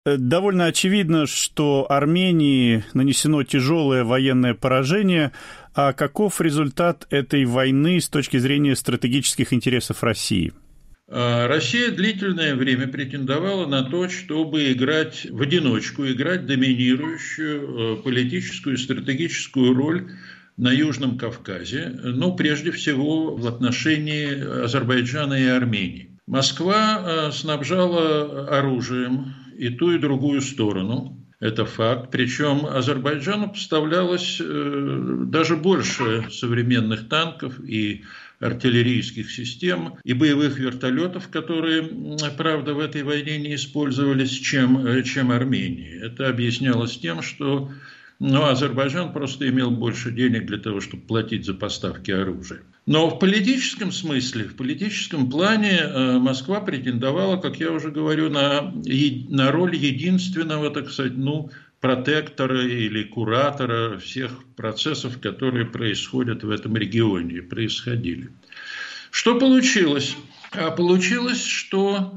Довольно очевидно, что Армении нанесено тяжелое военное поражение. А каков результат этой войны с точки зрения стратегических интересов России? Россия длительное время претендовала на то, чтобы играть в одиночку, играть доминирующую политическую и стратегическую роль на Южном Кавказе, но прежде всего в отношении Азербайджана и Армении. Москва снабжала оружием и ту, и другую сторону. Это факт. Причем Азербайджану поставлялось даже больше современных танков и артиллерийских систем и боевых вертолетов, которые, правда, в этой войне не использовались, чем Армении. Это объяснялось тем, что Азербайджан просто имел больше денег для того, чтобы платить за поставки оружия. Но в политическом смысле, в политическом плане Москва претендовала, как я уже говорю, на роль единственного, так сказать, протектора или куратора всех процессов, которые происходят в этом регионе и происходили. Что получилось? Получилось, что,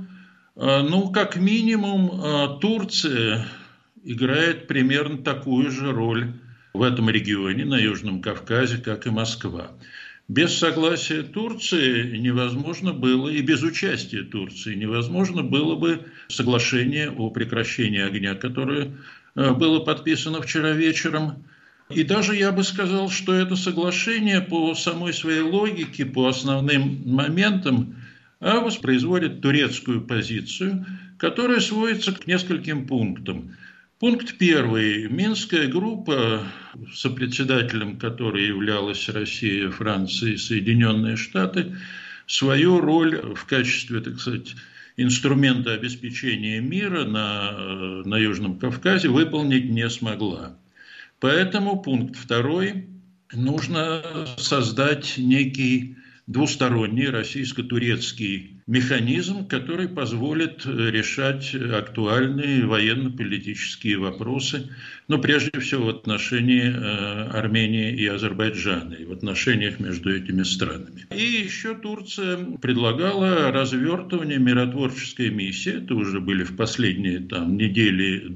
как минимум, Турция играет примерно такую же роль в этом регионе, на Южном Кавказе, как и Москва. Без согласия Турции невозможно было, и без участия Турции невозможно было бы соглашение о прекращении огня, которое было подписано вчера вечером. И даже я бы сказал, что это соглашение по самой своей логике, по основным моментам, воспроизводит турецкую позицию, которая сводится к нескольким пунктам. Пункт первый. Минская группа, сопредседателем которой являлась Россия, Франция и Соединенные Штаты, свою роль в качестве, так сказать, инструмента обеспечения мира на Южном Кавказе выполнить не смогла. Поэтому пункт второй. Нужно создать некий двусторонний российско-турецкий механизм, который позволит решать актуальные военно-политические вопросы, но прежде всего в отношении Армении и Азербайджана, и в отношениях между этими странами. И еще Турция предлагала развертывание миротворческой миссии, это уже были в последние недели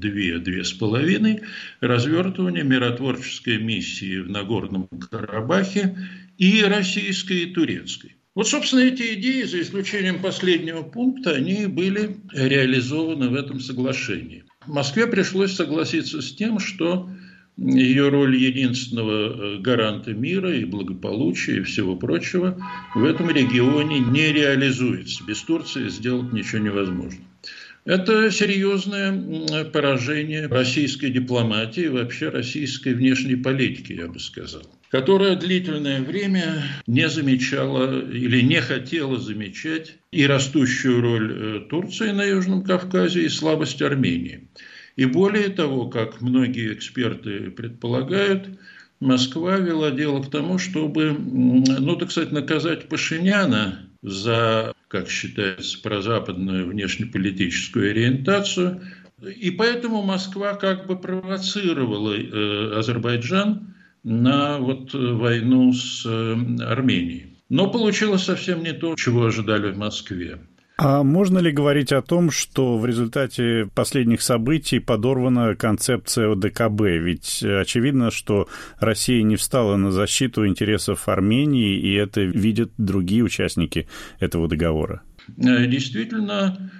2-2,5, развертывание миротворческой миссии в Нагорном Карабахе и российской, и турецкой. Вот, собственно, эти идеи, за исключением последнего пункта, они были реализованы в этом соглашении. Москве пришлось согласиться с тем, что ее роль единственного гаранта мира и благополучия и всего прочего в этом регионе не реализуется. Без Турции сделать ничего невозможно. Это серьезное поражение российской дипломатии, вообще российской внешней политики, я бы сказал, которая длительное время не замечала или не хотела замечать и растущую роль Турции на Южном Кавказе, и слабость Армении. И более того, как многие эксперты предполагают, Москва вела дело к тому, чтобы, так сказать, наказать Пашиняна за, как считается, прозападную внешнеполитическую ориентацию. И поэтому Москва как бы провоцировала Азербайджан на войну с Арменией. Но получилось совсем не то, чего ожидали в Москве. А можно ли говорить о том, что в результате последних событий подорвана концепция ОДКБ? Ведь очевидно, что Россия не встала на защиту интересов Армении, и это видят другие участники этого договора. Действительно,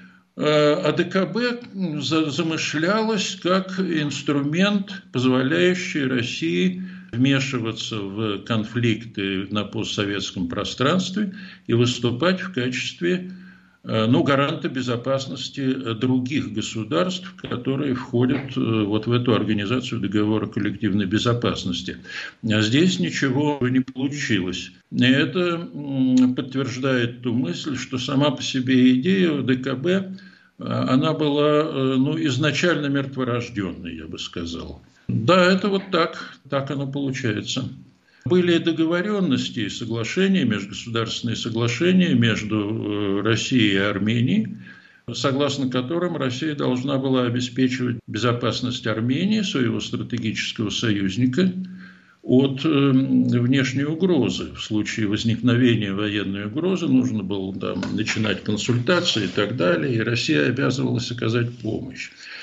ОДКБ замышлялась как инструмент, позволяющий России вмешиваться в конфликты на постсоветском пространстве и выступать в качестве гаранта безопасности других государств, которые входят в эту организацию договора коллективной безопасности. А здесь ничего не получилось. И это подтверждает ту мысль, что сама по себе идея ОДКБ, она была изначально мертворожденной, я бы сказал. Да, это так оно получается. Были договоренности и соглашения, межгосударственные соглашения между Россией и Арменией, согласно которым Россия должна была обеспечивать безопасность Армении, своего стратегического союзника, от внешней угрозы. В случае возникновения военной угрозы нужно было начинать консультации и так далее, и Россия обязывалась оказать помощь.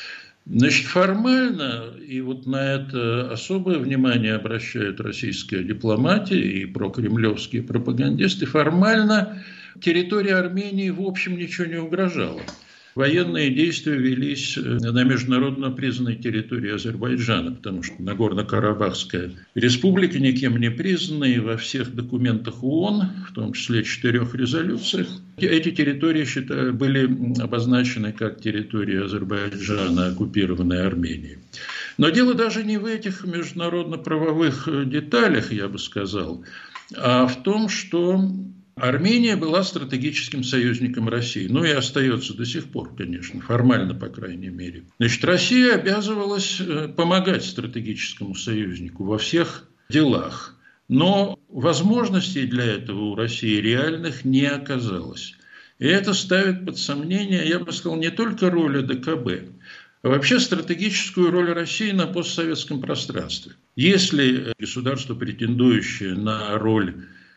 Значит, формально, и вот на это особое внимание обращают российская дипломатия и прокремлевские пропагандисты, формально территория Армении в общем ничего не угрожала. Военные действия велись на международно признанной территории Азербайджана, потому что Нагорно-Карабахская республика никем не признана, и во всех документах ООН, в том числе 4 резолюциях, эти территории были обозначены как территория Азербайджана, оккупированной Арменией. Но дело даже не в этих международно-правовых деталях, я бы сказал, а в том, что Армения была стратегическим союзником России, ну и остается до сих пор, конечно, формально, по крайней мере. Значит, Россия обязывалась помогать стратегическому союзнику во всех делах, но возможностей для этого у России реальных не оказалось. И это ставит под сомнение, я бы сказал, не только роль АДКБ, а вообще стратегическую роль России на постсоветском пространстве. Если государство, претендующее на роль,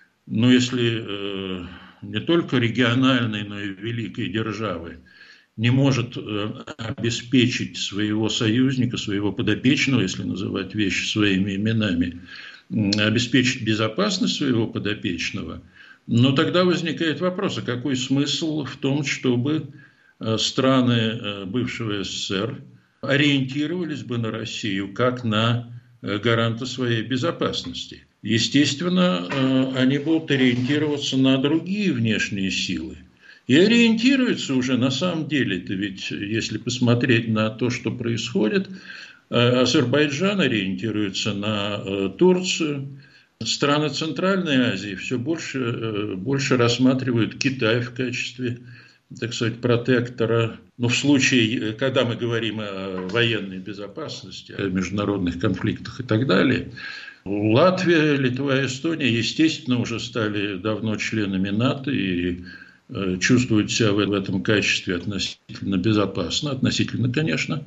если не только региональной, но и великой державы, не может обеспечить своего союзника, своего подопечного, если называть вещи своими именами, обеспечить безопасность своего подопечного, но тогда возникает вопрос, а какой смысл в том, чтобы страны бывшего СССР ориентировались бы на Россию как на гаранта своей безопасности? Естественно, они будут ориентироваться на другие внешние силы. И ориентируются уже на самом деле-то, ведь если посмотреть на то, что происходит, Азербайджан ориентируется на Турцию, страны Центральной Азии все больше рассматривают Китай в качестве, так сказать, протектора. Но в случае, когда мы говорим о военной безопасности, о международных конфликтах и так далее, Латвия, Литва, Эстония, естественно, уже стали давно членами НАТО и чувствуют себя в этом качестве относительно безопасно, конечно.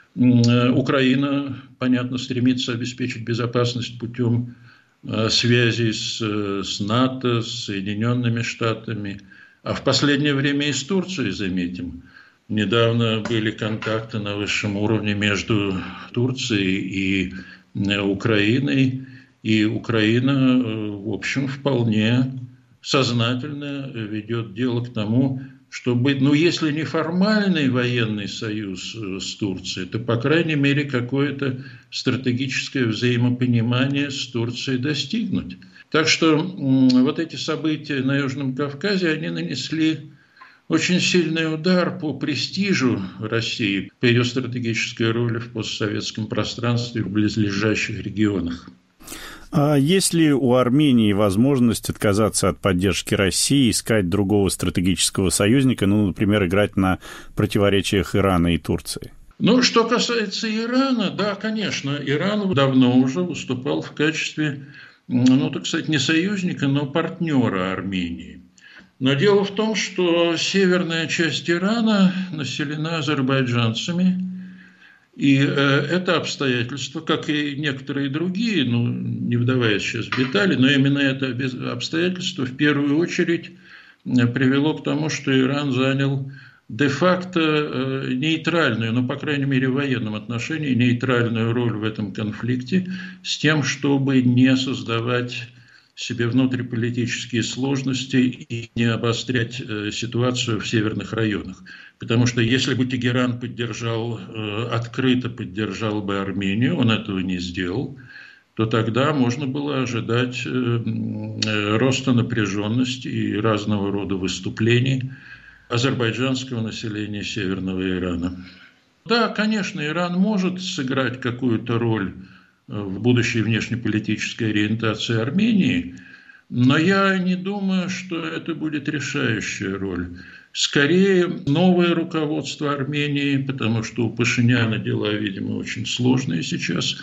Украина, понятно, стремится обеспечить безопасность путем связи с НАТО, с Соединенными Штатами, а в последнее время и с Турцией, заметим. Недавно были контакты на высшем уровне между Турцией и Украиной, и Украина, в общем, вполне сознательно ведет дело к тому, чтобы, если не формальный военный союз с Турцией, то, по крайней мере, какое-то стратегическое взаимопонимание с Турцией достигнуть. Так что вот эти события на Южном Кавказе, они нанесли очень сильный удар по престижу России, по ее стратегической роли в постсоветском пространстве в близлежащих регионах. А есть ли у Армении возможность отказаться от поддержки России, искать другого стратегического союзника, например, играть на противоречиях Ирана и Турции? Что касается Ирана, да, конечно, Иран давно уже выступал в качестве, так сказать, не союзника, но партнера Армении. Но дело в том, что северная часть Ирана населена азербайджанцами, и это обстоятельство, как и некоторые другие, не вдаваясь сейчас в детали, но именно это обстоятельство в первую очередь привело к тому, что Иран занял де-факто нейтральную, по крайней мере, в военном отношении, нейтральную роль в этом конфликте с тем, чтобы не создавать себе внутриполитические сложности и не обострять ситуацию в северных районах. Потому что если бы Тегеран открыто поддержал бы Армению, он этого не сделал, то тогда можно было ожидать роста напряженности и разного рода выступлений азербайджанского населения северного Ирана. Да, конечно, Иран может сыграть какую-то роль в будущей внешнеполитической ориентации Армении, но я не думаю, что это будет решающая роль. Скорее, новое руководство Армении, потому что у Пашиняна дела, видимо, очень сложные сейчас,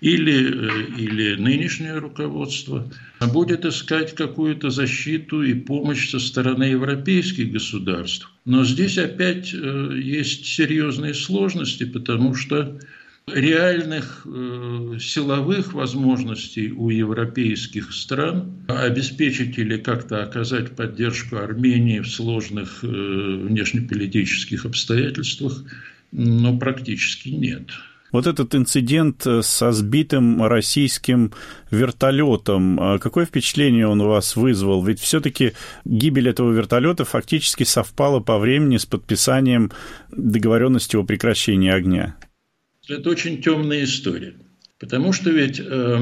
или нынешнее руководство будет искать какую-то защиту и помощь со стороны европейских государств. Но здесь опять есть серьезные сложности, потому что реальных силовых возможностей у европейских стран обеспечить или как-то оказать поддержку Армении в сложных внешнеполитических обстоятельствах Но практически нет. Вот этот инцидент со сбитым российским вертолетом, какое впечатление он у вас вызвал? Ведь все-таки гибель этого вертолета фактически совпала по времени с подписанием договоренности о прекращении огня. Это очень темная история. Потому что ведь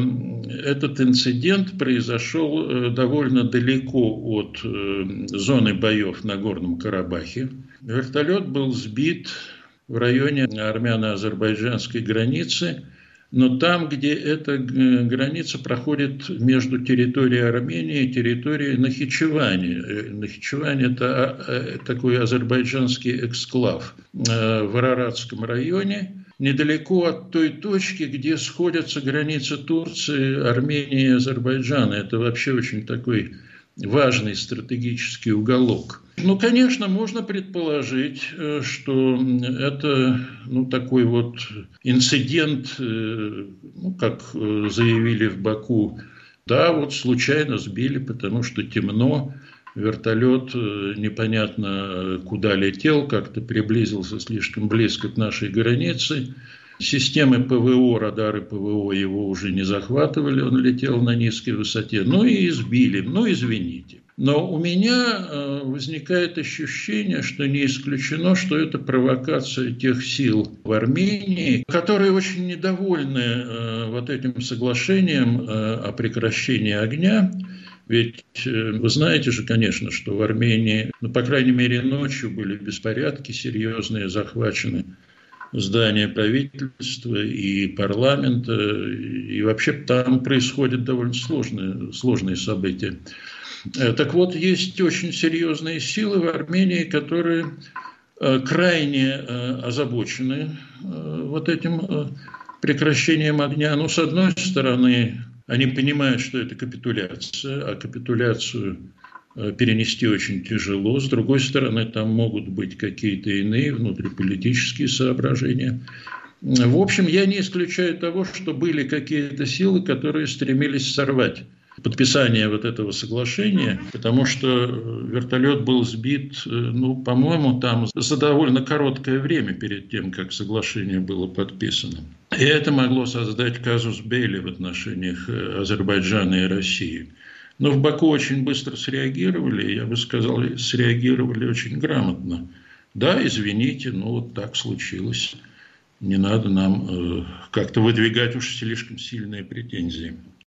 этот инцидент произошел довольно далеко от зоны боев на Горном Карабахе. Вертолет был сбит в районе армяно-азербайджанской границы, но там, где эта граница проходит между территорией Армении и территорией Нахичевани. Нахичевани – это такой азербайджанский эксклав в Араратском районе, недалеко от той точки, где сходятся границы Турции, Армении и Азербайджана. Это вообще очень такой важный стратегический уголок. Ну, конечно, можно предположить, что это такой вот инцидент, как заявили в Баку, да, вот случайно сбили, потому что темно, вертолет непонятно куда летел, как-то приблизился слишком близко к нашей границе. Системы ПВО, радары ПВО его уже не захватывали, он летел на низкой высоте. Ну и сбили, извините. Но у меня возникает ощущение, что не исключено, что это провокация тех сил в Армении, которые очень недовольны вот этим соглашением о прекращении огня. Ведь вы знаете же, конечно, что в Армении, по крайней мере, ночью были беспорядки серьезные, захвачены здания правительства и парламента, и вообще там происходят довольно сложные события. Так вот, есть очень серьезные силы в Армении, которые крайне озабочены вот этим прекращением огня. Ну, с одной стороны, они понимают, что это капитуляция, а капитуляцию перенести очень тяжело. С другой стороны, там могут быть какие-то иные внутриполитические соображения. В общем, я не исключаю того, что были какие-то силы, которые стремились сорвать подписание вот этого соглашения, потому что вертолет был сбит, по-моему, там за довольно короткое время перед тем, как соглашение было подписано. И это могло создать казус белли в отношениях Азербайджана и России. Но в Баку очень быстро среагировали, я бы сказал, среагировали очень грамотно. Да, извините, вот так случилось. Не надо нам как-то выдвигать уж слишком сильные претензии.